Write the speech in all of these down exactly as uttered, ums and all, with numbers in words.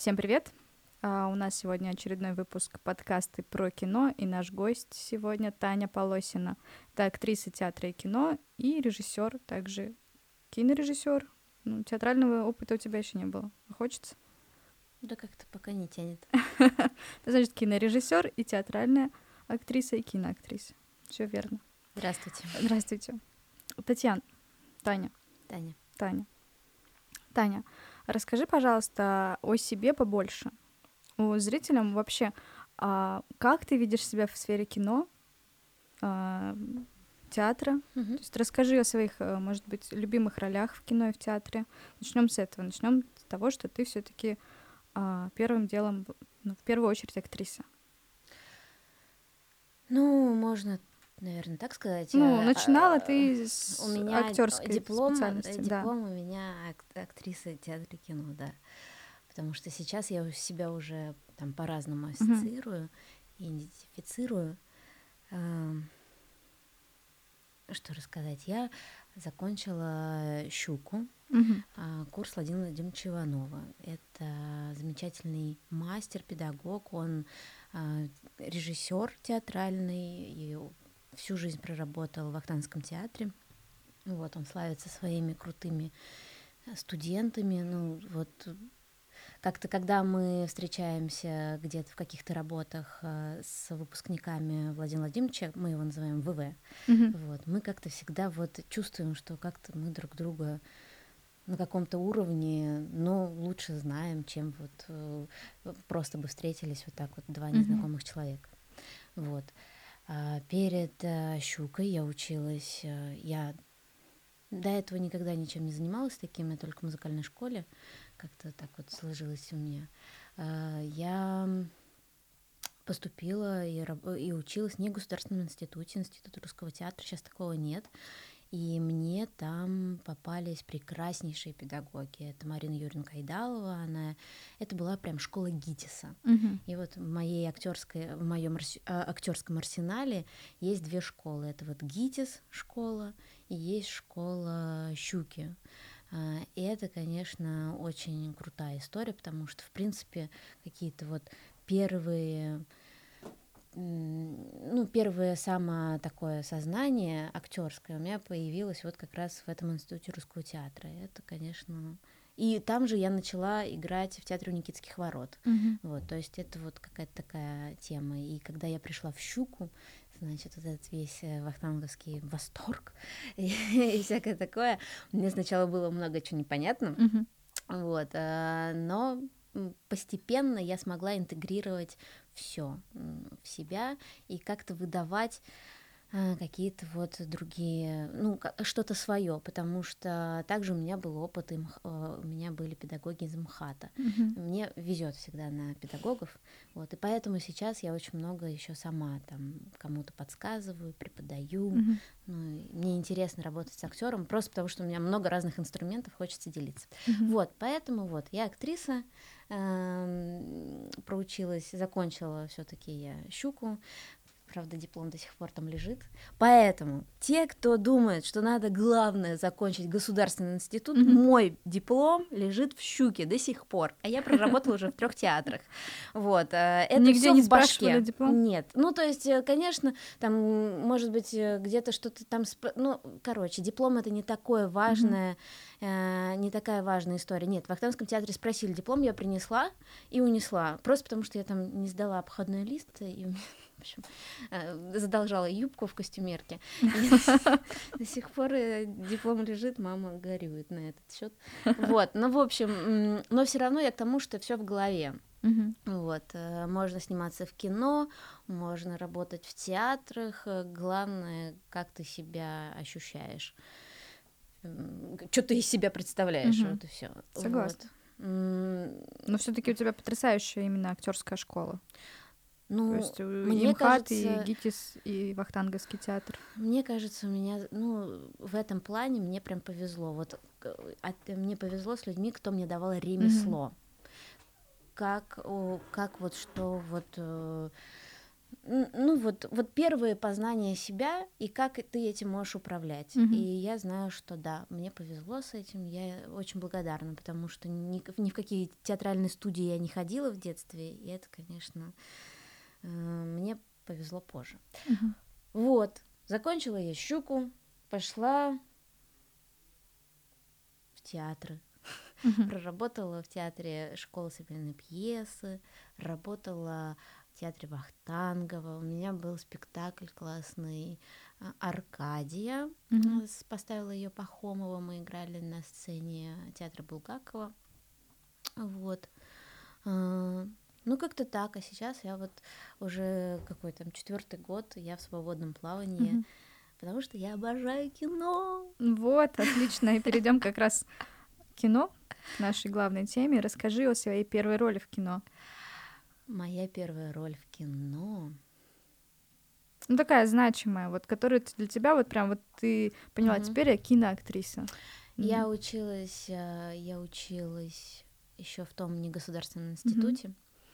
Всем привет! Uh, у нас сегодня очередной выпуск подкаста про кино, и наш гость сегодня Таня Полосина. Это актриса театра и кино и режиссер, также кинорежиссер. Ну, театрального опыта у тебя еще не было. Хочется? Да как-то пока не тянет. Значит, кинорежиссер и театральная актриса и киноактриса. Все верно. Здравствуйте. Здравствуйте. Татьяна. Таня. Таня. Таня. Таня, расскажи, пожалуйста, о себе побольше. У зрителям вообще, а, как ты видишь себя в сфере кино, а, театра? Угу. То есть расскажи о своих, может быть, любимых ролях в кино и в театре. Начнем с этого. Начнем с того, что ты все-таки а, первым делом, ну, в первую очередь, актриса. Ну, можно, наверное, так сказать. Ну, а, начинала ты с у меня актерской диплом, специальности. Диплом Да. у меня актриса театра и кино, да. Потому что сейчас я себя уже там по-разному ассоциирую uh-huh. и идентифицирую. Что рассказать? Я закончила «Щуку», uh-huh. курс Владимира Владимировича Иванова. Это замечательный мастер, педагог, он режиссер театральный и всю жизнь проработал в Вахтанговском театре. Вот, он славится своими крутыми студентами. Ну, вот как-то, когда мы встречаемся где-то в каких-то работах с выпускниками Владимира Владимировича, мы его называем ВВ, uh-huh. вот, мы как-то всегда вот чувствуем, что как-то мы друг друга на каком-то уровне, но лучше знаем, чем вот просто бы встретились вот так вот два незнакомых uh-huh. человека. Вот. А перед «Щукой» я училась, я до этого никогда ничем не занималась таким, я только в музыкальной школе, как-то так вот сложилось у меня. Я поступила и, и училась не в Государственном институте, Институте русского театра, сейчас такого нет. И мне там попались прекраснейшие педагоги. Это Марина Юрьевна Кайдалова, она... это была прям школа ГИТИСа. Uh-huh. И вот в, моей актерской, в моем арс... актерском арсенале есть две школы. Это вот ГИТИС школа и есть школа «Щуки». И это, конечно, очень крутая история, потому что, в принципе, какие-то вот первые... ну, первое самое такое сознание актерское у меня появилось вот как раз в этом Институте русского театра. Это, конечно... И там же я начала играть в театре у Никитских ворот. Uh-huh. Вот, то есть это вот какая-то такая тема. И когда я пришла в «Щуку», значит, вот этот весь вахтанговский восторг и, и всякое такое, мне сначала было много чего непонятно, uh-huh. вот, но постепенно я смогла интегрировать все в себя и как-то выдавать какие-то вот другие, ну, что-то свое, потому что также у меня был опыт, и у меня были педагоги из МХАТа. Uh-huh. Мне везет всегда на педагогов, вот, и поэтому сейчас я очень много еще сама там кому-то подсказываю, преподаю. Uh-huh. Ну, мне интересно работать с актером, просто потому что у меня много разных инструментов, хочется делиться. Uh-huh. Вот, поэтому вот я актриса, эм, проучилась, закончила все-таки я «Щуку». Правда, диплом до сих пор там лежит. Поэтому те, кто думает, что надо главное закончить государственный институт, mm-hmm. мой диплом лежит в «Щуке» до сих пор. А я проработала уже в трех театрах. Вот. Это нигде не в башке. Спрашивали диплом? Нет. Ну, то есть, конечно, там, может быть, где-то что-то там... Спр... Ну, короче, диплом — это не такое важное, mm-hmm. э, не такая важная история. Нет, в Вахтанговском театре спросили диплом, я принесла и унесла. Просто потому что я там не сдала обходной лист, и в общем, задолжала юбку в костюмерке. До сих пор диплом лежит, мама горюет на этот счет. Вот, ну, в общем, но все равно я к тому, что все в голове. Вот, можно сниматься в кино, можно работать в театрах, главное, как ты себя ощущаешь, что ты из себя представляешь, вот и все. Согласна. Но все-таки у тебя потрясающая именно актерская школа. Ну, то есть мне и МХАТ, кажется, и ГИТИС, и Вахтанговский театр. Мне кажется, у меня, ну, в этом плане мне прям повезло. Вот от, мне повезло с людьми, кто мне давал ремесло. Mm-hmm. Как, как вот что вот Ну вот, вот первые познания себя и как ты этим можешь управлять. Мгм. И я знаю, что да, мне повезло с этим, я очень благодарна, потому что ни, ни в какие театральные студии я не ходила в детстве, и это, конечно, э, мне повезло позже. Мгм. Вот, закончила я «Щуку», пошла в театры. Мгм. Проработала в театре школы современной пьесы, работала в театре Вахтангова. У меня был спектакль классный а, «Аркадия». Мгм. С- Поставила ее Пахомова. Мы играли на сцене театра Булгакова. Вот. А, Ну, как-то так. А сейчас я вот уже какой там четвертый год, я в свободном плавании, Мгм. потому что я обожаю кино. Вот, отлично. И перейдем как раз к кино, к нашей главной теме. Расскажи о своей первой роли в кино. Моя первая роль в кино. Ну, такая значимая, вот, которая т- для тебя вот прям вот ты поняла, Мгм. теперь я киноактриса. Я Мгм. училась, э, я училась еще в том негосударственном Мгм. институте,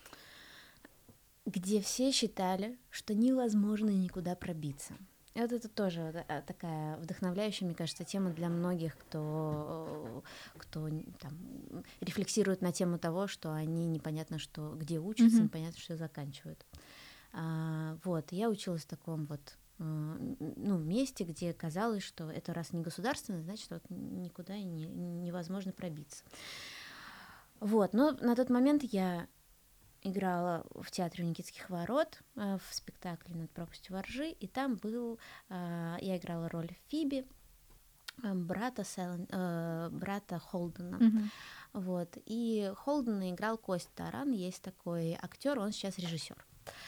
где все считали, что невозможно никуда пробиться. И вот это тоже вот, а, такая вдохновляющая, мне кажется, тема для многих, кто, кто н- там, рефлексирует на тему того, что они непонятно, что, где учатся, Мгм. непонятно, что заканчивают. А, вот, я училась в таком вот э, м, ну, месте, где казалось, что это раз не государственное, значит, вот никуда и не- невозможно пробиться. Вот, но на тот момент я играла в театре у Никитских ворот э, в спектакле «Над пропастью воржи», и там был, э, я играла роль Фиби, э, брата, Сайлен- э, брата Холдена. Мгм. Вот, и Холдена играл Костя Таран, есть такой актер, он сейчас режиссер.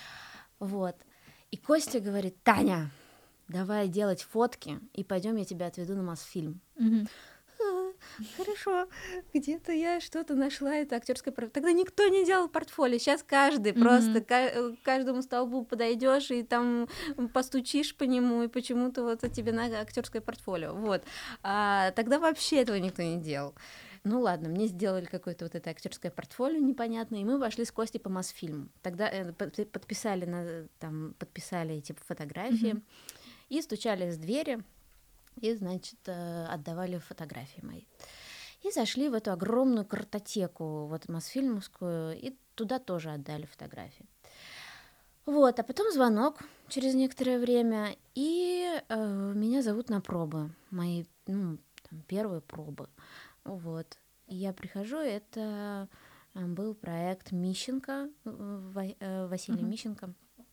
Вот, и Костя говорит: «Таня, давай делать фотки, и пойдем я тебя отведу на Мосфильм». Мгм. «А, хорошо, где-то я что-то нашла, это актерское портфолио». Тогда никто не делал портфолио, сейчас каждый, просто Мгм. ка- к каждому столбу подойдешь и там постучишь по нему, и почему-то вот тебе надо актерское портфолио. Вот. А тогда вообще этого никто не делал. Ну ладно, мне сделали какое-то вот это актерское портфолио непонятное, и мы пошли с Костей по Мосфильму. Тогда э, под- подписали, на, там, подписали эти фотографии Мгм. и стучали с двери, и, значит, э, отдавали фотографии мои. И зашли в эту огромную картотеку, вот Мосфильмовскую, и туда тоже отдали фотографии. Вот, а потом звонок через некоторое время, и э, меня зовут на пробы, мои, ну, там, первые пробы. Вот. И я прихожу, это э, был проект Мищенко, э, Ва- э, Василия Мгм. Мищенко.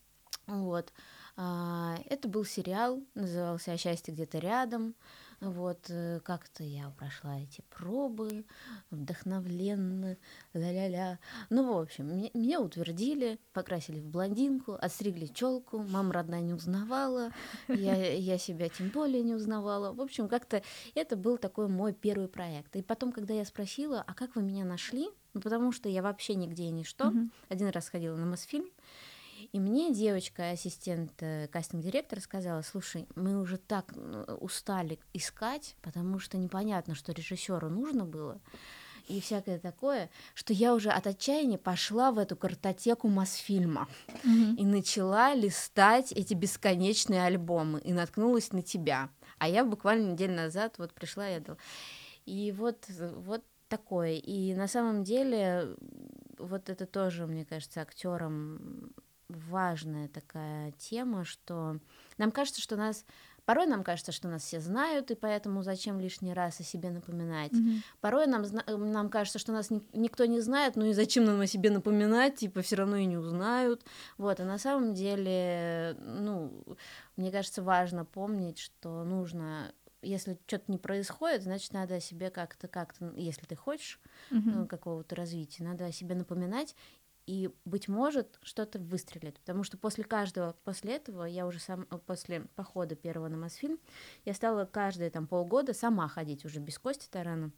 Вот. А, Это был сериал, назывался «А счастье где-то рядом». Вот, э, как-то я прошла эти пробы, вдохновленно, ля-ля-ля. Ну, в общем, мне- меня утвердили, покрасили в блондинку, отстригли челку, мама родная не узнавала, я, я себя тем более не узнавала. В общем, как-то это был такой мой первый проект. И потом, когда я спросила: «А как вы меня нашли?» Ну, потому что я вообще нигде и ничто. Мгм. Один раз ходила на Мосфильм, и мне девочка, ассистент э, кастинг-директора, сказала: «Слушай, мы уже так э, устали искать, потому что непонятно, что режиссеру нужно было, и всякое такое, что я уже от отчаяния пошла в эту картотеку Мосфильма Мгм. и начала листать эти бесконечные альбомы, и наткнулась на тебя». А я буквально неделю назад вот пришла и отдала. И вот, вот такое. И на самом деле вот это тоже, мне кажется, актерам важная такая тема, что нам кажется, что нас порой нам кажется, что нас все знают, и поэтому зачем лишний раз о себе напоминать. Мгм. Порой нам, зна- нам кажется, что нас ни- никто не знает, ну и зачем нам о себе напоминать, типа все равно и не узнают. Вот, а на самом деле, ну, мне кажется, важно помнить, что нужно, если что-то не происходит, значит, надо о себе как-то, как-то, если ты хочешь э, Мгм. какого-то развития, надо о себе напоминать, и, быть может, что-то выстрелит. Потому что после каждого, после этого, я уже сам, после похода первого на Мосфильм, я стала каждые там полгода сама ходить уже без Кости Тарана.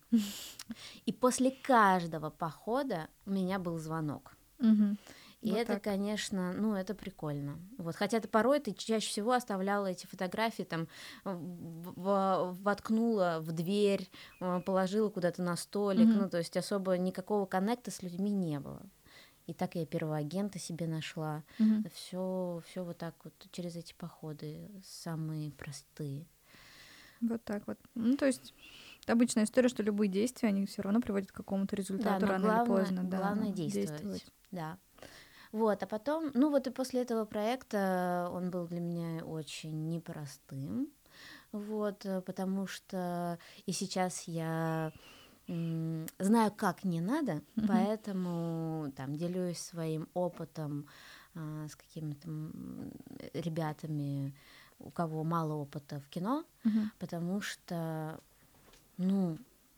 И после каждого похода у меня был звонок. Мгм. И Вот это, так. конечно, ну, это прикольно. Вот. Хотя ты порой ты чаще всего оставляла эти фотографии, там, в- в- воткнула в дверь, э, положила куда-то на столик, Мгм. ну, то есть особо никакого коннекта с людьми не было. И так я первого агента себе нашла. Мгм. Все, все вот так вот через эти походы самые простые. Вот так вот. Ну, то есть это обычная история, что любые действия, они все равно приводят к какому-то Да, результату но рано главное, или поздно, да, главное действовать. действовать. Да. Вот, а потом, ну вот и после этого проекта он был для меня очень непростым, вот, э, потому что и сейчас я м, знаю, как не надо, Мгм. поэтому там делюсь своим опытом а, с какими-то м, ребятами, у кого мало опыта в кино, Мгм. потому что, ну,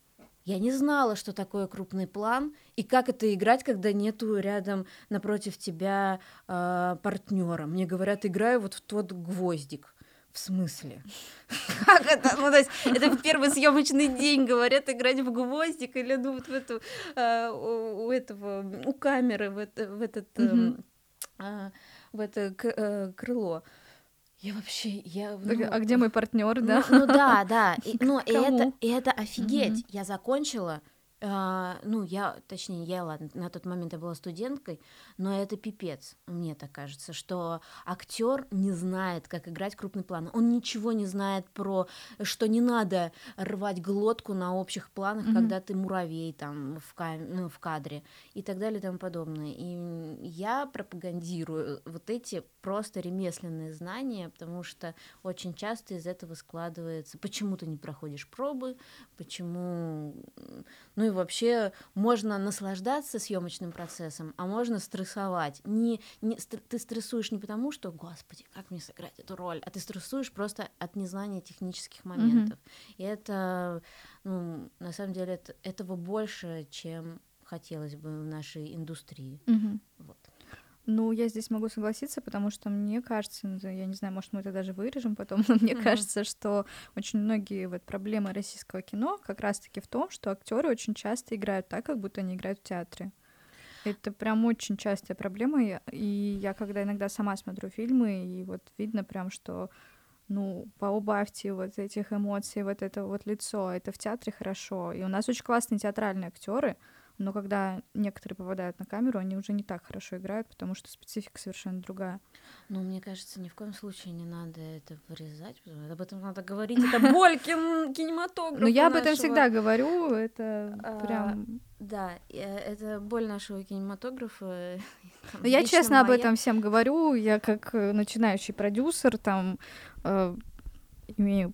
я не знала, что такое крупный план, и как это играть, когда нету рядом напротив тебя э, партнера. Мне говорят, играй вот в тот гвоздик. В смысле? Как это? Ну, то есть это в первый съемочный день говорят играть в гвоздик или ну вот в эту э, у, у этого у камеры в, это, в этот Мгм. эм, а, в это к- э, крыло. Я вообще, я, Так, ну, а где мой партнер, да? ну, ну да, да, и, ну, и это, Кому? и это офигеть. Мгм. Я закончила, а, ну, я, точнее, я, ладно, на тот момент я была студенткой, но это пипец, мне так кажется, что актер не знает, как играть крупный план. Он ничего не знает про, что не надо рвать глотку на общих планах, Мгм. когда ты муравей там в, кам- ну, в кадре и так далее и тому подобное. И я пропагандирую вот эти просто ремесленные знания, потому что очень часто из этого складывается, почему ты не проходишь пробы, почему... Ну и вообще можно наслаждаться съемочным процессом, а можно стрессовать. Не, не, стр- ты стрессуешь не потому, что, господи, как мне сыграть эту роль, а ты стрессуешь просто от незнания технических моментов. И это, ну, на самом деле, это, этого больше, чем хотелось бы в нашей индустрии. Мгм. Вот. Ну, я здесь могу согласиться, потому что мне кажется, ну, я не знаю, может, мы это даже вырежем потом, но мне Мгм. кажется, что очень многие вот проблемы российского кино как раз-таки в том, что актеры очень часто играют так, как будто они играют в театре. Это прям очень частая проблема, и и я когда иногда сама смотрю фильмы, и вот видно прям, что, ну, поубавьте вот этих эмоций, вот это вот лицо, это в театре хорошо. И у нас очень классные театральные актеры, но когда некоторые попадают на камеру, они уже не так хорошо играют, потому что специфика совершенно другая. Ну, мне кажется, ни в коем случае не надо это вырезать, потому что об этом надо говорить. Это боль кин- Но кинематографа я об этом нашего. всегда говорю, это А, прям... да, э, это боль нашего кинематографа. там, Но я лично честно об моя. этом всем говорю, я как э, начинающий продюсер там э, имею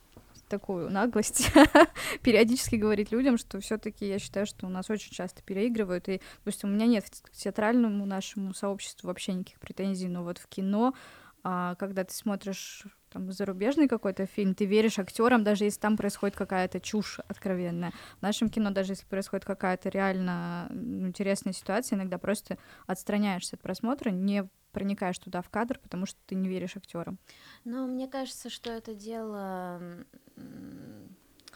такую наглость периодически говорить людям, что все таки я считаю, что у нас очень часто переигрывают, и, допустим, у меня нет к театральному нашему сообществу вообще никаких претензий, но вот в кино, а, когда ты смотришь там зарубежный какой-то фильм, ты веришь актерам, даже если там происходит какая-то чушь откровенная. В нашем кино, даже если происходит какая-то реально ну, интересная ситуация, иногда просто отстраняешься от просмотра, не проникаешь туда в кадр, потому что ты не веришь актерам. Но мне кажется, что это дело... м,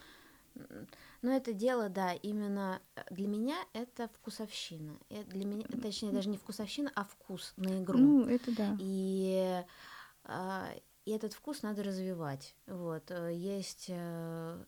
м, Ну, это дело, да, именно э, для меня это вкусовщина. Э, Для меня, точнее, даже не вкусовщина, а вкус на игру. Ну, это да. И, а, и этот вкус надо развивать. Вот. э, Есть, э,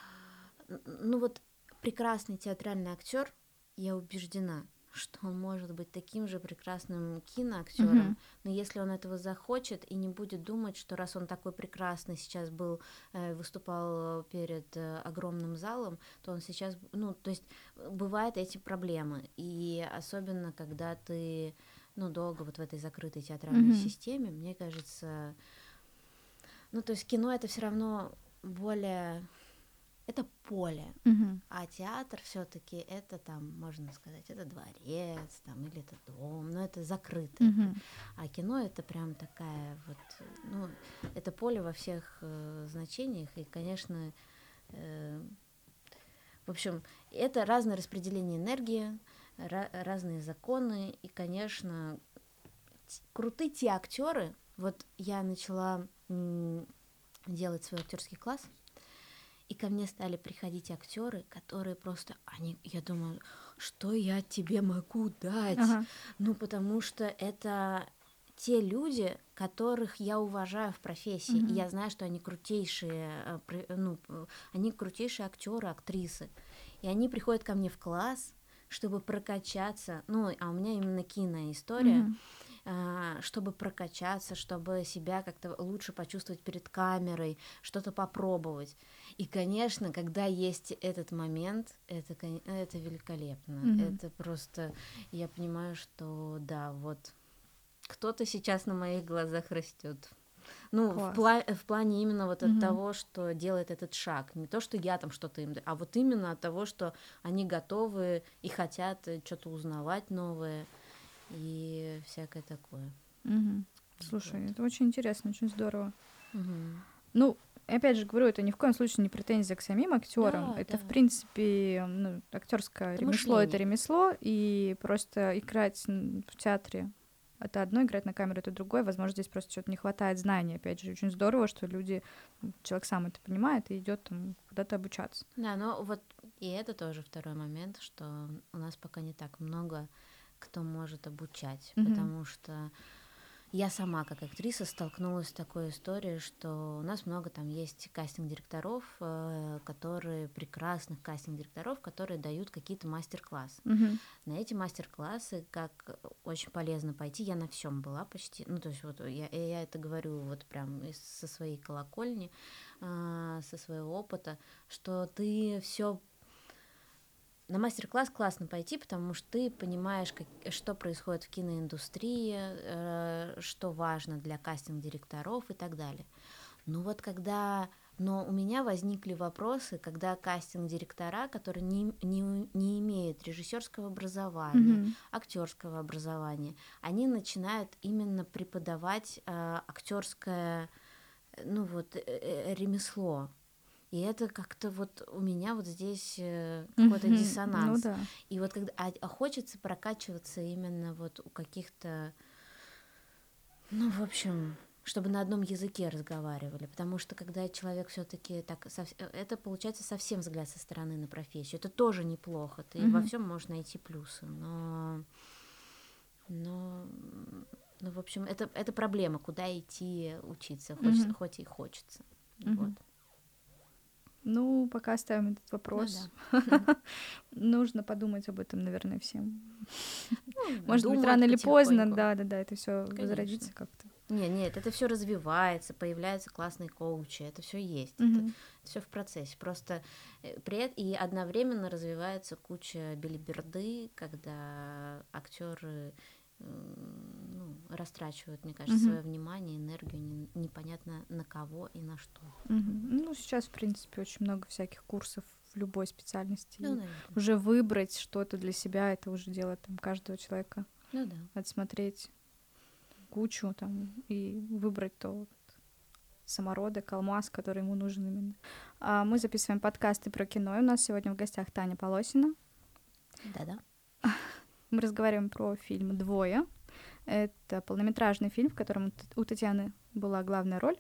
н- ну вот, прекрасный театральный актер, я убеждена, что он может быть таким же прекрасным киноактером, Мгм. но если он этого захочет и не будет думать, что раз он такой прекрасный сейчас был, э, выступал перед э, огромным залом, то он сейчас, ну, то есть э, бывают эти проблемы, и особенно когда ты, ну, долго вот в этой закрытой театральной Мгм. системе, мне кажется, ну, то есть кино это все равно более, это поле, Мгм. а театр все-таки это там, можно сказать, это дворец, там, или это дом, но это закрытое. Мгм. А кино это прям такая вот, ну, это поле во всех э, значениях, и, конечно, э, в общем, это разное распределение энергии, ra- разные законы, и, конечно, т- круты те актеры. Вот я начала м, делать свой актерский класс, и ко мне стали приходить актеры, которые просто, они, я думаю, что я тебе могу дать? Ага. Ну, потому что это те люди, которых я уважаю в профессии, Мгм. и я знаю, что они крутейшие, э, про- ну, п- они крутейшие актеры, актрисы, и они приходят ко мне в класс, чтобы прокачаться, ну, а у меня именно киноистория, Mm-hmm. чтобы прокачаться, чтобы себя как-то лучше почувствовать перед камерой, что-то попробовать. И, конечно, когда есть этот момент, это, это великолепно. Mm-hmm. Это просто, я понимаю, что да, вот кто-то сейчас на моих глазах растет. Ну, в, пла- в плане именно вот mm-hmm. от того, что делает этот шаг. Не то, что я там что-то им... А вот именно от того, что они готовы и хотят что-то узнавать новое и всякое такое. Mm-hmm. Слушай, вот. Это очень интересно, очень здорово. Mm-hmm. Ну, опять же говорю, это ни в коем случае не претензия к самим актерам. Да, это, да. в принципе, ну, актерское это ремесло, мышление. это ремесло, и просто играть в театре это одно, играть на камеру это другое. Возможно, здесь просто что-то не хватает знаний. Опять же, очень здорово, что люди, человек сам это понимает и идет там куда-то обучаться. Да, но вот и это тоже второй момент, что у нас пока не так много кто может обучать, Mm-hmm. потому что я сама, как актриса, столкнулась с такой историей, что у нас много там есть кастинг-директоров, которые, прекрасных кастинг-директоров, которые дают какие-то мастер-классы. Mm-hmm. На эти мастер-классы, как очень полезно пойти, я на всем была почти, ну, то есть вот я, я это говорю вот прям со своей колокольни, со своего опыта, что ты все на мастер-класс классно пойти, потому что ты понимаешь, как, что происходит в киноиндустрии, э, что важно для кастинг-директоров и так далее. Но вот когда... Но у меня возникли вопросы, когда кастинг-директора, которые не, не, не имеют режиссерского образования, mm-hmm. актерского образования, они начинают именно преподавать э, актерское, ну вот, э, ремесло. И это как-то вот у меня вот здесь какой-то mm-hmm. диссонанс. Ну, да. И вот когда а, а хочется прокачиваться именно вот у каких-то, ну, в общем, чтобы на одном языке разговаривали. Потому что когда человек все-таки так, это получается совсем взгляд со стороны на профессию. Это тоже неплохо. Ты mm-hmm. во всем можешь найти плюсы. Но, но, ну, в общем, это, это проблема, куда идти учиться, хочется, mm-hmm. хоть и хочется. Mm-hmm. Вот. Ну, пока оставим этот вопрос. Ну, да. Нужно подумать об этом, наверное, всем. Ну, может быть, рано или поздно, да, да, да, это все возродится как-то. Нет, нет, это все развивается, появляются классные коучи, это все есть, mm-hmm. это, это все в процессе. Просто при этом и одновременно развивается куча белиберды, когда актеры ну, растрачивают, мне кажется, mm-hmm. свое внимание, энергию не, непонятно на кого и на что. Mm-hmm. Ну, сейчас, в принципе, очень много всяких курсов в любой специальности. Ну, уже выбрать что-то для себя, это уже дело там каждого человека. Ну да. Отсмотреть кучу там и выбрать тот самородок, алмаз, который ему нужен именно. А мы записываем подкасты про кино, и у нас сегодня в гостях Таня Полосина. Да-да. Мы разговариваем про фильм «Двое». Это полнометражный фильм, в котором у Татьяны была главная роль.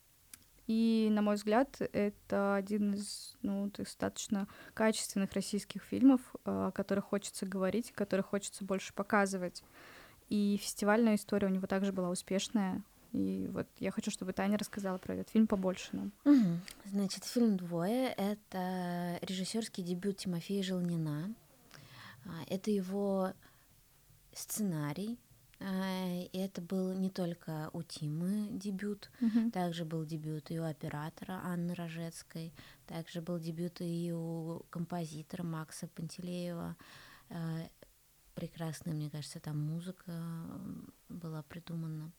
И, на мой взгляд, это один из ну, достаточно качественных российских фильмов, о которых хочется говорить, о которых хочется больше показывать. И фестивальная история у него также была успешная. И вот я хочу, чтобы Таня рассказала про этот фильм побольше нам. Угу. Значит, фильм «Двое» — это режиссерский дебют Тимофея Желнина. Это его сценарий. И это был не только у Тимы дебют, uh-huh. также был дебют и у оператора Анны Рожецкой, также был дебют и у композитора Макса Пантелеева. Прекрасная, мне кажется, там музыка была придумана.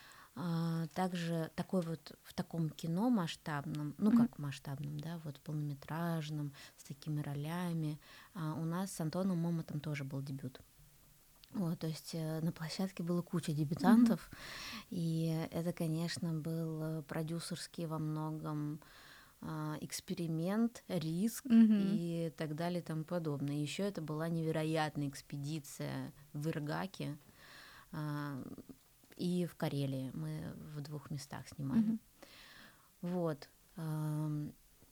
Также такой вот в таком кино масштабном, ну как mm-hmm. масштабном, да, вот полнометражном, с такими ролями, у нас с Антоном Момотом тоже был дебют. Вот, то есть на площадке было куча дебютантов, mm-hmm. и это, конечно, был продюсерский во многом эксперимент, риск mm-hmm. и так далее и тому подобное. Еще это была невероятная экспедиция в Иргаке и в Карелии. Мы в двух местах снимали. Mm-hmm. Вот. Но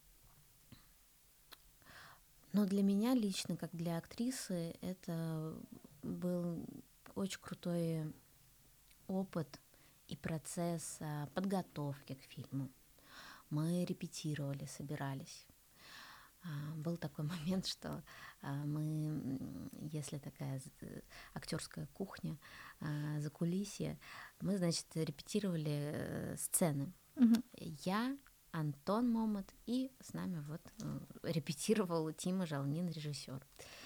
для меня лично, как для актрисы, это был очень крутой опыт и процесс подготовки к фильму. Мы репетировали, собирались. был такой момент, что мы, если такая актерская кухня, закулисье, мы, значит, репетировали сцены. Мгм. Я, Антон Момот, и с нами вот репетировал Тима Жалнин, режиссер.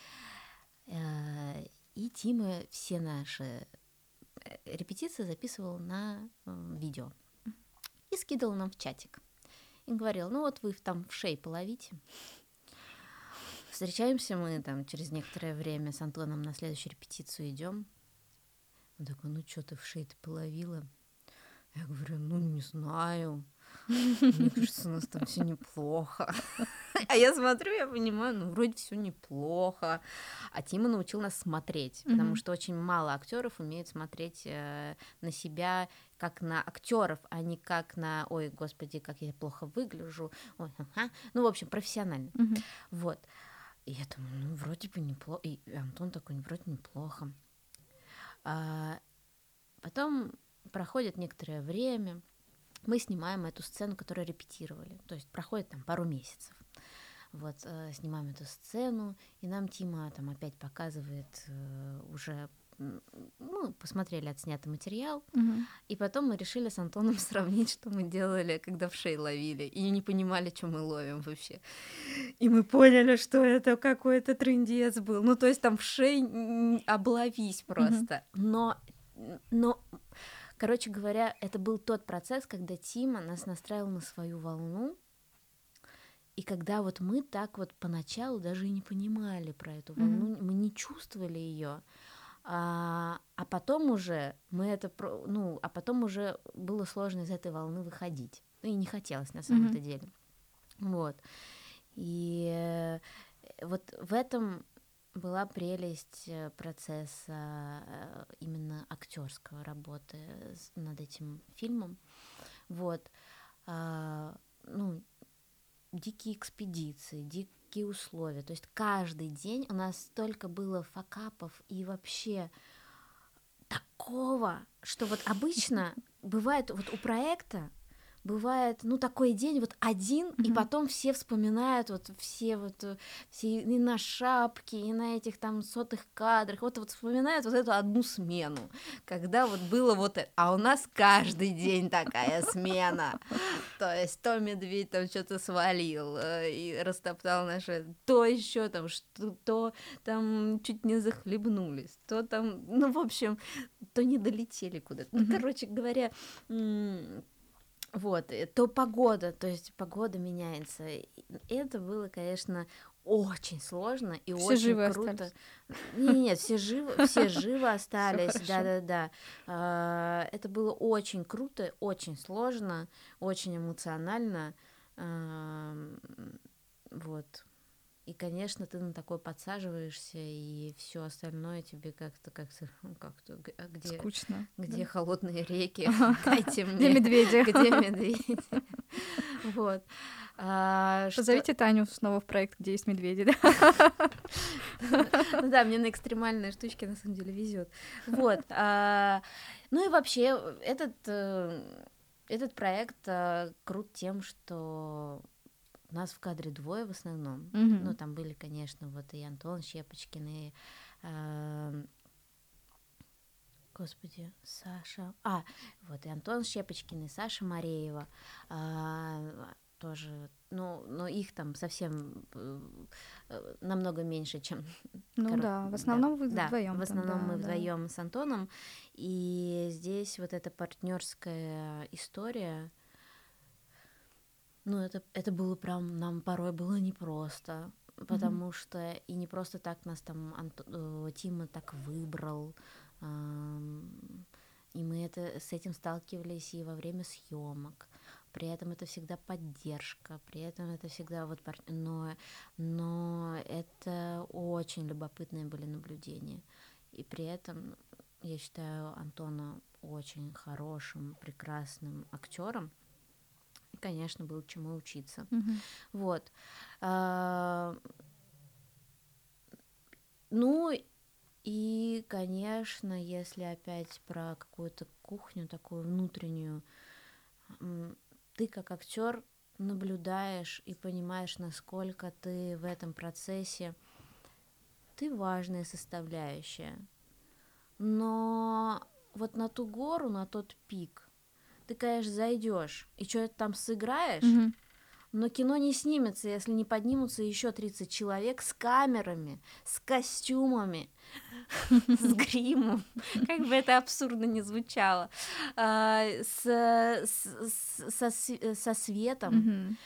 И Тима все наши репетиции записывал на видео и скидывал нам в чатик. И говорил: ну вот вы там в шей половите. Встречаемся мы там через некоторое время с Антоном, на следующую репетицию идем. Он такой: ну что ты в шей-то половила? Я говорю: ну не знаю. Мне кажется, у нас там все неплохо. А я смотрю, я понимаю, ну вроде все неплохо. А Тима научил нас смотреть, mm-hmm. потому что очень мало актеров умеют смотреть э, на себя как на актеров, а не как на: ой, господи, как я плохо выгляжу. Ой, ага. Ну, в общем, профессионально. Mm-hmm. Вот. И я думаю, ну вроде бы неплохо. И Антон такой: вроде неплохо. А потом проходит некоторое время. Мы снимаем эту сцену, которую репетировали. То есть проходит там пару месяцев. Вот, э, снимаем эту сцену, и нам Тима там опять показывает э, уже, ну, посмотрели отснятый материал, угу. И потом мы решили с Антоном сравнить, что мы делали, когда в шей ловили, и не понимали, что мы ловим вообще. И мы поняли, что это какой-то трындец был. Ну, то есть там в шей обловись просто. Угу. Но, но... Короче говоря, это был тот процесс, когда Тима нас настраивал на свою волну, и когда вот мы так вот поначалу даже и не понимали про эту волну, mm-hmm. мы не чувствовали ее, а, а потом уже мы это, ну, а потом уже было сложно из этой волны выходить, ну и не хотелось на самом-то mm-hmm. деле, вот. И вот в этом была прелесть процесса именно актерского работы над этим фильмом. Вот. А, ну, дикие экспедиции, дикие условия. То есть каждый день у нас столько было факапов и вообще такого, что вот обычно бывает вот у проекта бывает, ну, такой день вот один, mm-hmm. и потом все вспоминают, вот все вот, все и на шапке, и на этих там сотых кадрах, вот, вот вспоминают вот эту одну смену, когда вот было вот это, а у нас каждый день такая смена, то есть то медведь там что-то свалил и растоптал наши, то еще там, что, то там чуть не захлебнулись, то там, ну, в общем, то не долетели куда-то, mm-hmm. ну, короче говоря, м- вот, то погода, то есть погода меняется. Это было, конечно, очень сложно и все очень живы круто. Остались. Нет, нет, все живы, все живы остались, да-да-да. Это было очень круто, очень сложно, очень эмоционально. Вот. И, конечно, ты на такое подсаживаешься, и все остальное тебе как-то как-то, как-то где, скучно, где да? Холодные реки, дайте мне. Где медведи? Где медведи? Вот. Позовите Таню снова в проект, где есть медведи, да? Ну да, мне на экстремальные штучки на самом деле везет. Вот. Ну и вообще этот этот проект крут тем, что у нас в кадре двое в основном. Mm-hmm. Ну, там были, конечно, вот и Антон Щепочкин, и... Э, господи, Саша... А, вот и Антон Щепочкин, и Саша Мареева. Э, тоже... Ну, но их там совсем э, намного меньше, чем... Ну кор... да, в основном да, вы вдвоем. Да, в основном да, мы да. вдвоем с Антоном. И здесь вот эта партнерская история... Ну, это, это было прям, нам порой было непросто, потому mm-hmm. что и не просто так нас там Анто, Тима так выбрал, эм, и мы это, с этим сталкивались и во время съемок. При этом это всегда поддержка, при этом это всегда вот, но, но это очень любопытные были наблюдения. И при этом я считаю Антона очень хорошим, прекрасным актером. Конечно, было чему учиться. Mm-hmm. Вот. А, ну и, конечно, если опять про какую-то кухню такую внутреннюю, ты как актер наблюдаешь и понимаешь, насколько ты в этом процессе, ты важная составляющая. Но вот на ту гору, на тот пик, ты, конечно, зайдешь и что-то там сыграешь, Мгм. но кино не снимется, если не поднимутся еще тридцать человек с камерами, с костюмами, с гримом, как бы это абсурдно ни звучало, а, с, с- с- со, св- со светом. Мгм.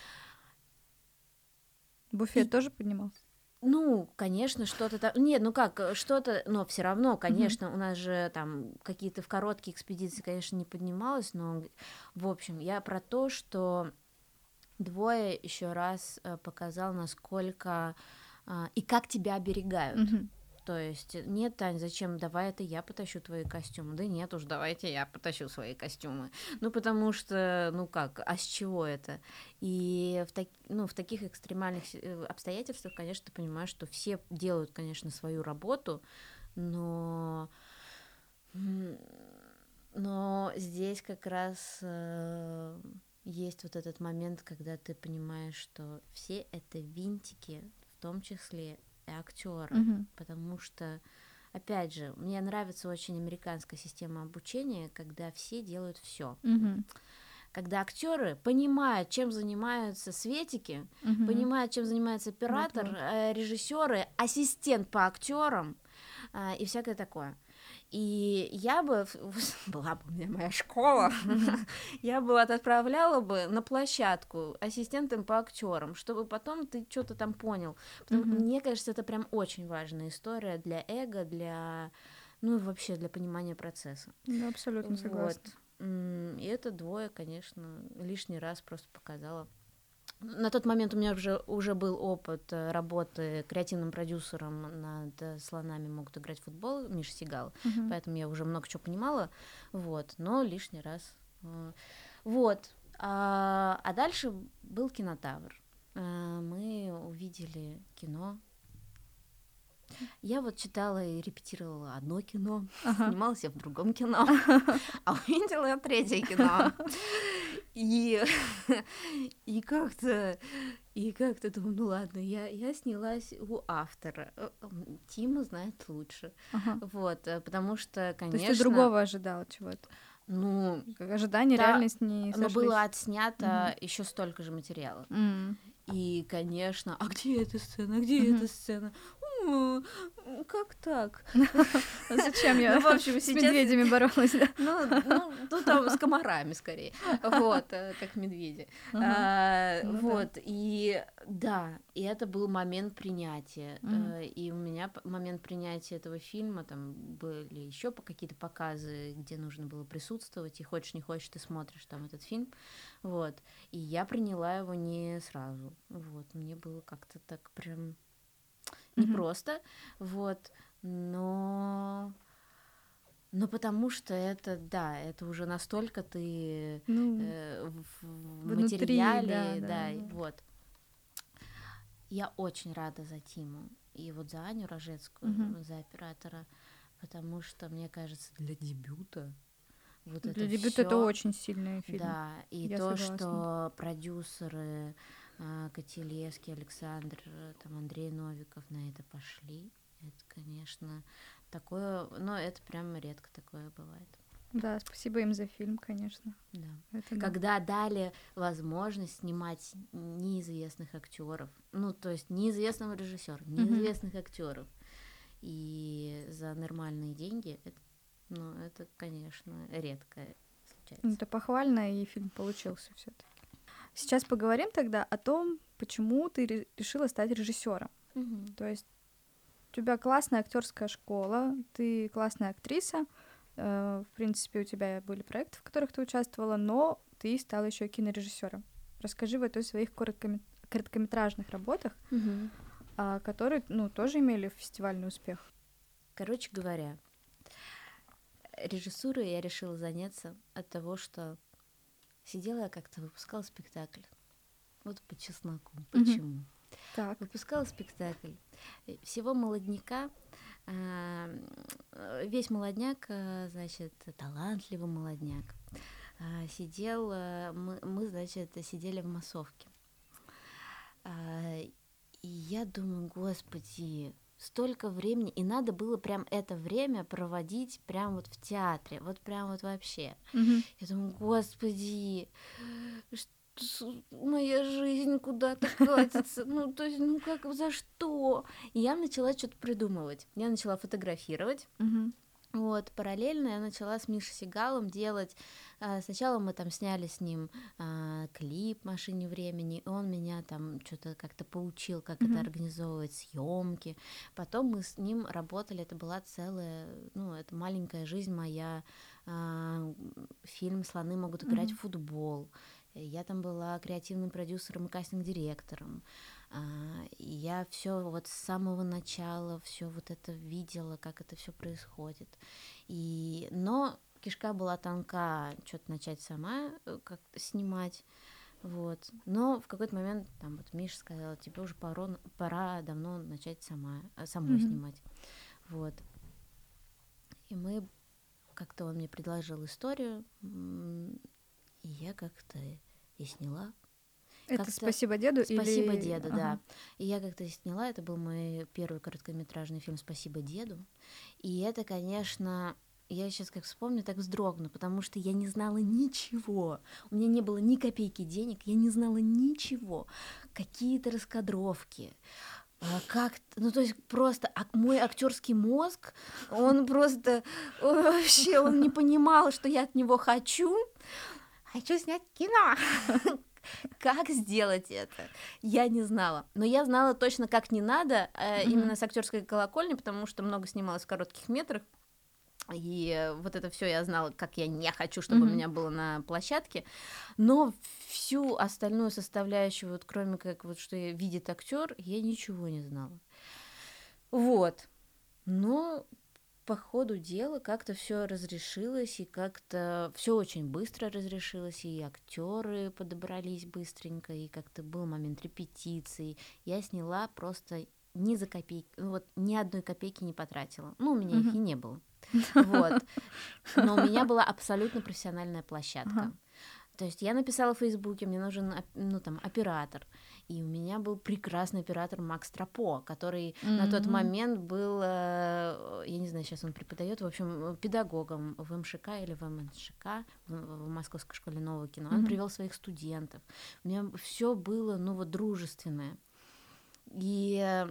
Буфет И, тоже поднимался? ну, конечно, что-то там... Нет, ну как, э, что-то... Но все равно, Мгм. конечно, у нас же там какие-то в короткие экспедиции, конечно, не поднималось, но, в общем, я про то, что двое еще раз э, показал, насколько а, и как тебя оберегают. Мгм. То есть, нет, Тань, зачем? Давай это я потащу твои костюмы. Да нет уж, давайте я потащу свои костюмы. Ну, потому что, ну как, а с чего это? И в, так, ну, в таких экстремальных си- э, обстоятельствах, конечно, ты понимаешь, что все делают, конечно, свою работу, но... м, но здесь как раз э, есть вот этот момент, когда ты понимаешь, что все это винтики, в том числе и актеры, Мгм. потому что, опять же, мне нравится очень американская система обучения, когда все делают все. Мгм. Когда актеры понимают, чем занимаются светики, Мгм. понимают, чем занимается оператор, Вот-вот. э, режиссеры, ассистент по актерам э, и всякое такое. И я бы, была бы у меня моя школа, Мгм. я бы вот отправляла бы на площадку ассистентом по актерам, чтобы потом ты что-то там понял. Потому- Мгм. Мне кажется, это прям очень важная история для эго, для, ну и вообще для понимания процесса. Да, абсолютно Вот. согласна. М, И это двое, конечно, лишний раз просто показало. На тот момент у меня уже, уже был опыт э, работы креативным продюсером над э, «Слонами могут играть в футбол» Миша Сигал, Мгм. поэтому я уже много чего понимала, вот, но лишний раз. э, Вот. А, а дальше был «Кинотавр». Э, Мы увидели кино. Я вот читала и репетировала одно кино, Ага. снималась я в другом кино, а увидела я третье кино. И, и как-то, и как-то думаю, ну ладно, я, я снялась у автора. Э, м, Тима знает лучше. Ага. Вот, э, потому что, То есть ты конечно, другого ожидала чего-то? ну, Как ожидания, та, реальность не но было сошлись. отснято еще столько же материала. М. И, конечно, а где эта сцена, где Мгм. эта сцена? М, Как так? Зачем я Ну, в общем, с сейчас... медведями боролась, да? Ну, ну, ну, там с комарами скорее, вот, э, как медведи. Ага. А, Ну да. Вот, и да, и это был момент принятия. Мгм. Э, И у меня п- момент принятия этого фильма, там были еще какие-то показы, где нужно было присутствовать, и хочешь не хочешь, ты смотришь там этот фильм, вот. И я приняла его не сразу, вот, мне было как-то так прям Мгм. непросто, вот, но... Ну, потому что это, да, это уже настолько ты Ну, э, в, в внутри, да, материале, да. да, и вот. Я очень рада за Тиму и вот за Аню Рожецкую, Мгм. за оператора, потому что, мне кажется, для дебюта вот Для это дебюта это все, очень сильный фильм. да, и Я то, согласна. что продюсеры э, Котелевский, Александр, э, там Андрей Новиков на это пошли, это, конечно, такое, но это прям редко такое бывает. Да, спасибо им за фильм, конечно. Да. Это да. Когда дали возможность снимать неизвестных актеров, ну, то есть неизвестного режиссера, неизвестных актеров, и за нормальные деньги, это, ну, это, конечно, редко случается. Это похвально, и фильм получился все-таки. Сейчас поговорим тогда о том, почему ты ре- решила стать режиссером. Мгм. То есть у тебя классная актерская школа, ты классная актриса. э, В принципе, у тебя были проекты, в которых ты участвовала, но ты стала еще и кинорежиссером. Расскажи вот о своих короткоме- короткометражных работах, Мгм. а, которые, ну, тоже имели фестивальный успех. Короче говоря, режиссурой я решила заняться от того, что сидела я как-то, выпускала спектакль. Вот по чесноку. Мгм. Почему? Так. Выпускала спектакль. Э, Всего молодняка, э, весь молодняк, э, значит, талантливый молодняк, а, сидел, э, мы, мы, значит, сидели в массовке. И я думаю, господи, столько времени, и надо было прям это время проводить прям вот в театре, вот прям вот вообще. Mm-hmm. Я думаю, господи, что, моя жизнь куда-то катится, ну, то есть, ну, как, за что? И я начала что-то придумывать, я начала фотографировать, Mm-hmm. Вот, параллельно я начала с Мишей Сигалом делать. Сначала мы там сняли с ним а, клип «Машине времени», и он меня там что-то как-то поучил, как mm-hmm. это организовывать съемки. Потом мы с ним работали, это была целая, ну, это маленькая жизнь моя, а, фильм «Слоны могут играть mm-hmm. в футбол». Я там была креативным продюсером и кастинг-директором. Я все вот с самого начала все вот это видела, как это все происходит. И... Но кишка была тонка, что-то начать сама как-то снимать. Вот. Но в какой-то момент там вот Миша сказала, тебе уже пора, пора давно начать сама, самой mm-hmm. снимать. Вот. И мы как-то он мне предложил историю, и я как-то и сняла. Это как-то... «Спасибо деду» «Спасибо или... деду», ага. да. И я как-то сняла, это был мой первый короткометражный фильм «Спасибо деду». И это, конечно, я сейчас как вспомню, так вздрогну, потому что я не знала ничего. У меня не было ни копейки денег, я не знала ничего. Какие-то раскадровки. Как, ну то есть просто а мой актерский мозг, он просто вообще, он не понимал, что я от него хочу. Хочу снять кино. Как сделать это? Я не знала. Но я знала точно, как не надо, э, mm-hmm. именно с актерской колокольни, потому что много снималась в коротких метрах. И вот это все я знала, как я не хочу, чтобы mm-hmm. у меня было на площадке. Но всю остальную составляющую, вот кроме как вот что видит актер, я ничего не знала. Вот. Но по ходу дела как-то все разрешилось, и как-то все очень быстро разрешилось, и актеры подобрались быстренько, и как-то был момент репетиций. Я сняла просто ни за копейки, вот ни одной копейки не потратила. Ну, у меня mm-hmm. их и не было. Вот. Но у меня была абсолютно профессиональная площадка. Uh-huh. То есть я написала в Фейсбуке, мне нужен, ну, там, оператор. И у меня был прекрасный оператор Макс Тропо, который mm-hmm. на тот момент был, я не знаю, сейчас он преподает, в общем, педагогом в эм ша ка или в эм эн ша ка, в, в Московской школе нового кино. Mm-hmm. Он привел своих студентов. У меня все было, ну, вот, дружественное. И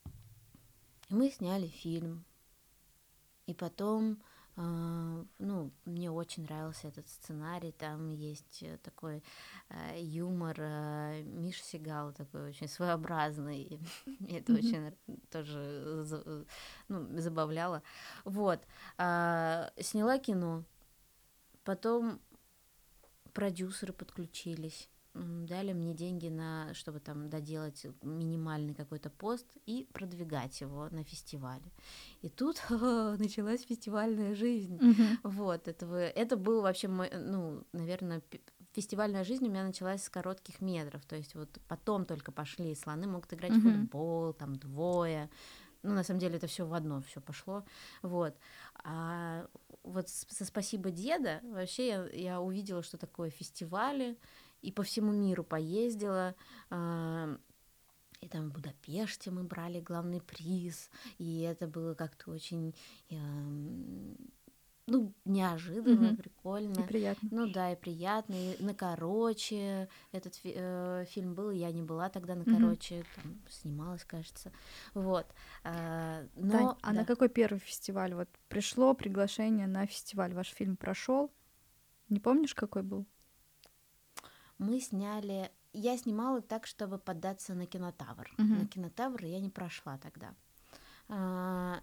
мы сняли фильм. И потом... Uh, ну, мне очень нравился этот сценарий, там есть такой uh, юмор, uh, Миша Сигал такой очень своеобразный, мне это очень тоже ну, забавляло. Вот, uh, сняла кино, потом продюсеры подключились, дали мне деньги на, чтобы там доделать минимальный какой-то пост и продвигать его на фестивале. И тут о, началась фестивальная жизнь. Mm-hmm. Вот, это, это был вообще мой, ну, наверное, фестивальная жизнь у меня началась с коротких метров. То есть вот потом только пошли слоны могут играть mm-hmm. в футбол, там двое. Ну, на самом деле, это все в одно все пошло. Вот. А вот со «Спасибо деда» вообще я, я увидела, что такое фестивали, и по всему миру поездила, и там в Будапеште мы брали главный приз, и это было как-то очень, ну, неожиданно, mm-hmm. прикольно. И приятно. Ну да, и приятно. И на Короче этот фи- э, фильм был, и я не была тогда на Короче, mm-hmm. там снималась, кажется. Вот. А, но, Тань, а да. на какой первый фестиваль? Вот пришло приглашение на фестиваль, ваш фильм прошел. Не помнишь, какой был? Мы сняли... Я снимала так, чтобы поддаться на Кинотавр. Uh-huh. На Кинотавр я не прошла тогда. А...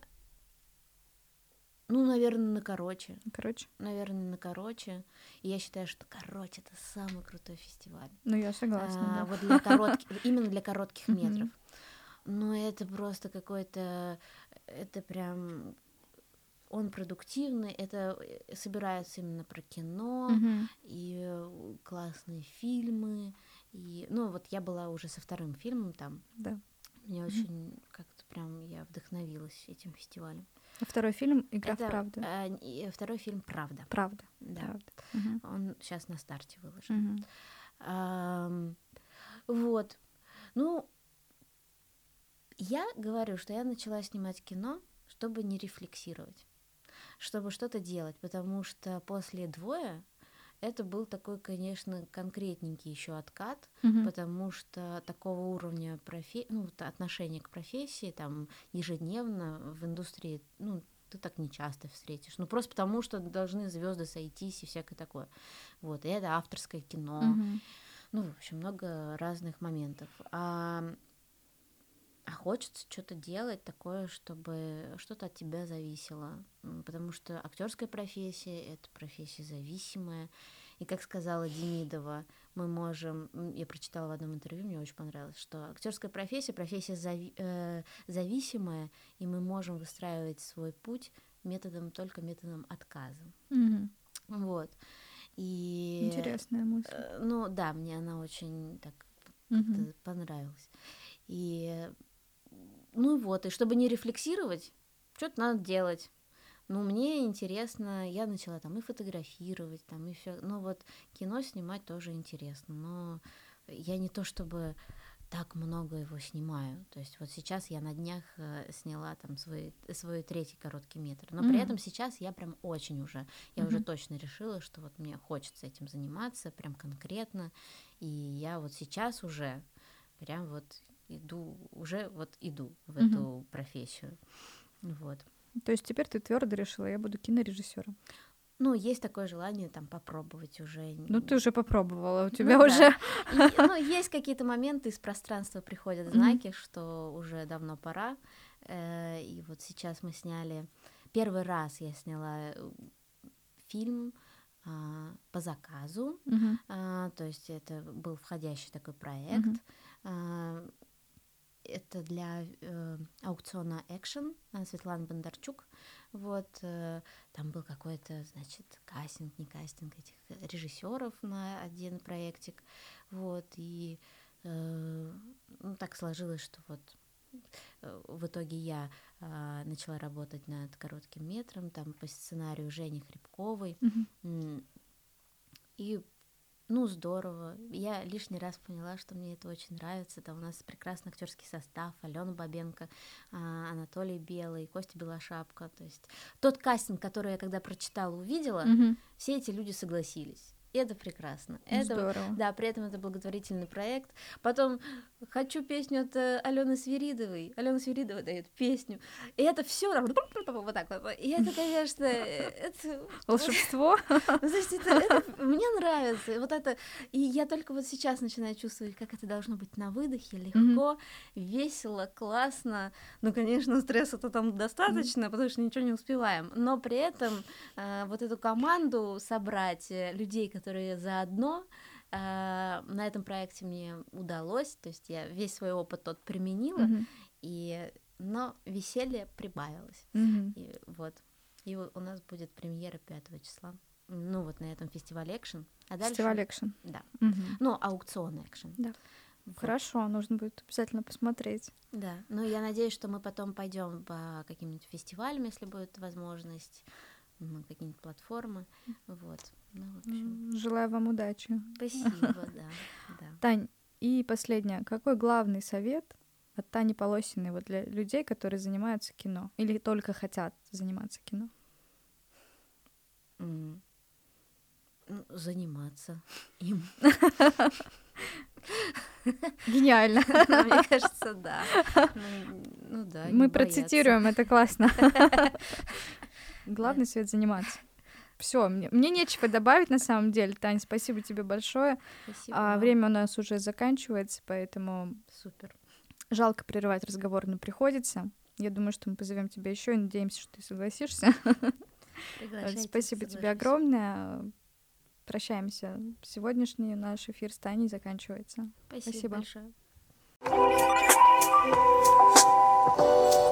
Ну, наверное, на Короче. Короче? Наверное, на Короче. И я считаю, что Короче — это самый крутой фестиваль. Ну, я согласна, а, да. Вот для коротких... Именно для коротких uh-huh. метров. Но это просто какой-то... Это прям... Он продуктивный, это собирается именно про кино, uh-huh. и классные фильмы. И, ну, вот я была уже со вторым фильмом там. Да. Мне uh-huh. очень как-то прям я вдохновилась этим фестивалем. А второй фильм «Игра это, в правду». А, и второй фильм «Правда». «Правда». Да. Правда. Uh-huh. Он сейчас на старте выложен. Uh-huh. Вот. Ну, я говорю, что я начала снимать кино, чтобы не рефлексировать, чтобы что-то делать, потому что после «Двое» это был такой, конечно, конкретненький еще откат, Мгм. потому что такого уровня профи... ну, т- отношения к профессии там ежедневно в индустрии, ну, ты так не часто встретишь. Ну, просто потому что должны звезды сойтись и всякое такое. Вот, и это авторское кино. Мгм. Ну, в общем, много разных моментов. А, а хочется что-то делать такое, чтобы что-то от тебя зависело. М, Потому что актерская профессия — это профессия зависимая. И, как сказала Демидова, мы можем... м, Я прочитала в одном интервью, мне очень понравилось, что актерская профессия — профессия зави- э, зависимая, и мы можем выстраивать свой путь методом, только методом отказа. Мгм. Вот. И, Интересная мысль. э, ну да, мне она очень так Мгм. как-то понравилась. И, ну вот, и чтобы не рефлексировать, что-то надо делать. Ну, мне интересно, я начала там и фотографировать, там и все. Ну вот, кино снимать тоже интересно, но я не то чтобы так много его снимаю. То есть вот сейчас я на днях э, сняла там свой, свой третий короткий метр. Но при Мгм. этом сейчас я прям очень уже, я уже Мгм. точно решила, что вот мне хочется этим заниматься прям конкретно. И я вот сейчас уже прям вот иду, уже вот иду в Мгм. эту профессию. Вот. То есть теперь ты твердо решила, я буду кинорежиссером. Ну, есть такое желание там попробовать уже. Ну, ты уже попробовала, у Ну тебя да. уже... И, ну, есть какие-то моменты, из пространства приходят Мгм. знаки, что уже давно пора. Э, И вот сейчас мы сняли... Первый раз я сняла э, фильм а, по заказу. Мгм. А, То есть это был входящий такой проект. Мгм. А, Это для э, аукциона Action Светланы Бондарчук. Вот э, там был какой-то, значит, кастинг, не кастинг этих режиссеров на один проектик. Вот, и э, ну, так сложилось, что вот э, в итоге я э, начала работать над коротким метром, там по сценарию Жени Хребковой. Мгм. М, И ну, здорово. Я лишний раз поняла, что мне это очень нравится. Там у нас прекрасный актерский состав. Алена Бабенко, а, Анатолий Белый, Костя Белошапка. То есть тот кастинг, который я когда прочитала, увидела, Мгм. все эти люди согласились. И это прекрасно. Это, Здорово. да, при этом это благотворительный проект. Потом хочу песню от э, Алены Свиридовой. Алена Свиридова дает песню. И это все вот так вот. И это, конечно, это... Волшебство. Ну, слушайте, это, это мне нравится. И вот это, и я только вот сейчас начинаю чувствовать, как это должно быть на выдохе, легко, весело, классно. Ну, конечно, стресса-то там достаточно, потому что ничего не успеваем. Но при этом э, вот эту команду собрать э, людей, которые заодно, э, на этом проекте мне удалось. То есть я весь свой опыт тот применила, Мгм. и, но веселье прибавилось. Мгм. И вот. И у у нас будет премьера пятого числа. Ну, вот на этом фестивале экшен. А дальше... Фестиваль экшен. Да. Мгм. Ну, аукцион экшен. Да. Вот. Хорошо, нужно будет обязательно посмотреть. Да. Ну, я надеюсь, что мы потом пойдем по каким-нибудь фестивалям, если будет возможность, на какие-нибудь платформы. Вот. Ну, в общем, М, Желаю вам удачи. спасибо, да. да. Тань, и последнее. Какой главный совет от Тани Полосиной вот для людей, которые занимаются кино или только хотят заниматься кино? М. Ну, заниматься им. Гениально. Мне кажется, да. Ну, ну да, не Мы бояться. процитируем, это классно. Главный совет — заниматься. Все, мне, мне нечего добавить на самом деле. Тань, спасибо тебе большое. Спасибо А, вам. время у нас уже заканчивается, поэтому Супер. жалко прерывать разговор, но приходится. Я думаю, что мы позовем тебя еще и надеемся, что ты согласишься. Приглашайте, Спасибо тебе соглашусь. огромное. Прощаемся. Сегодняшний наш эфир с Таней заканчивается. Спасибо Спасибо. большое.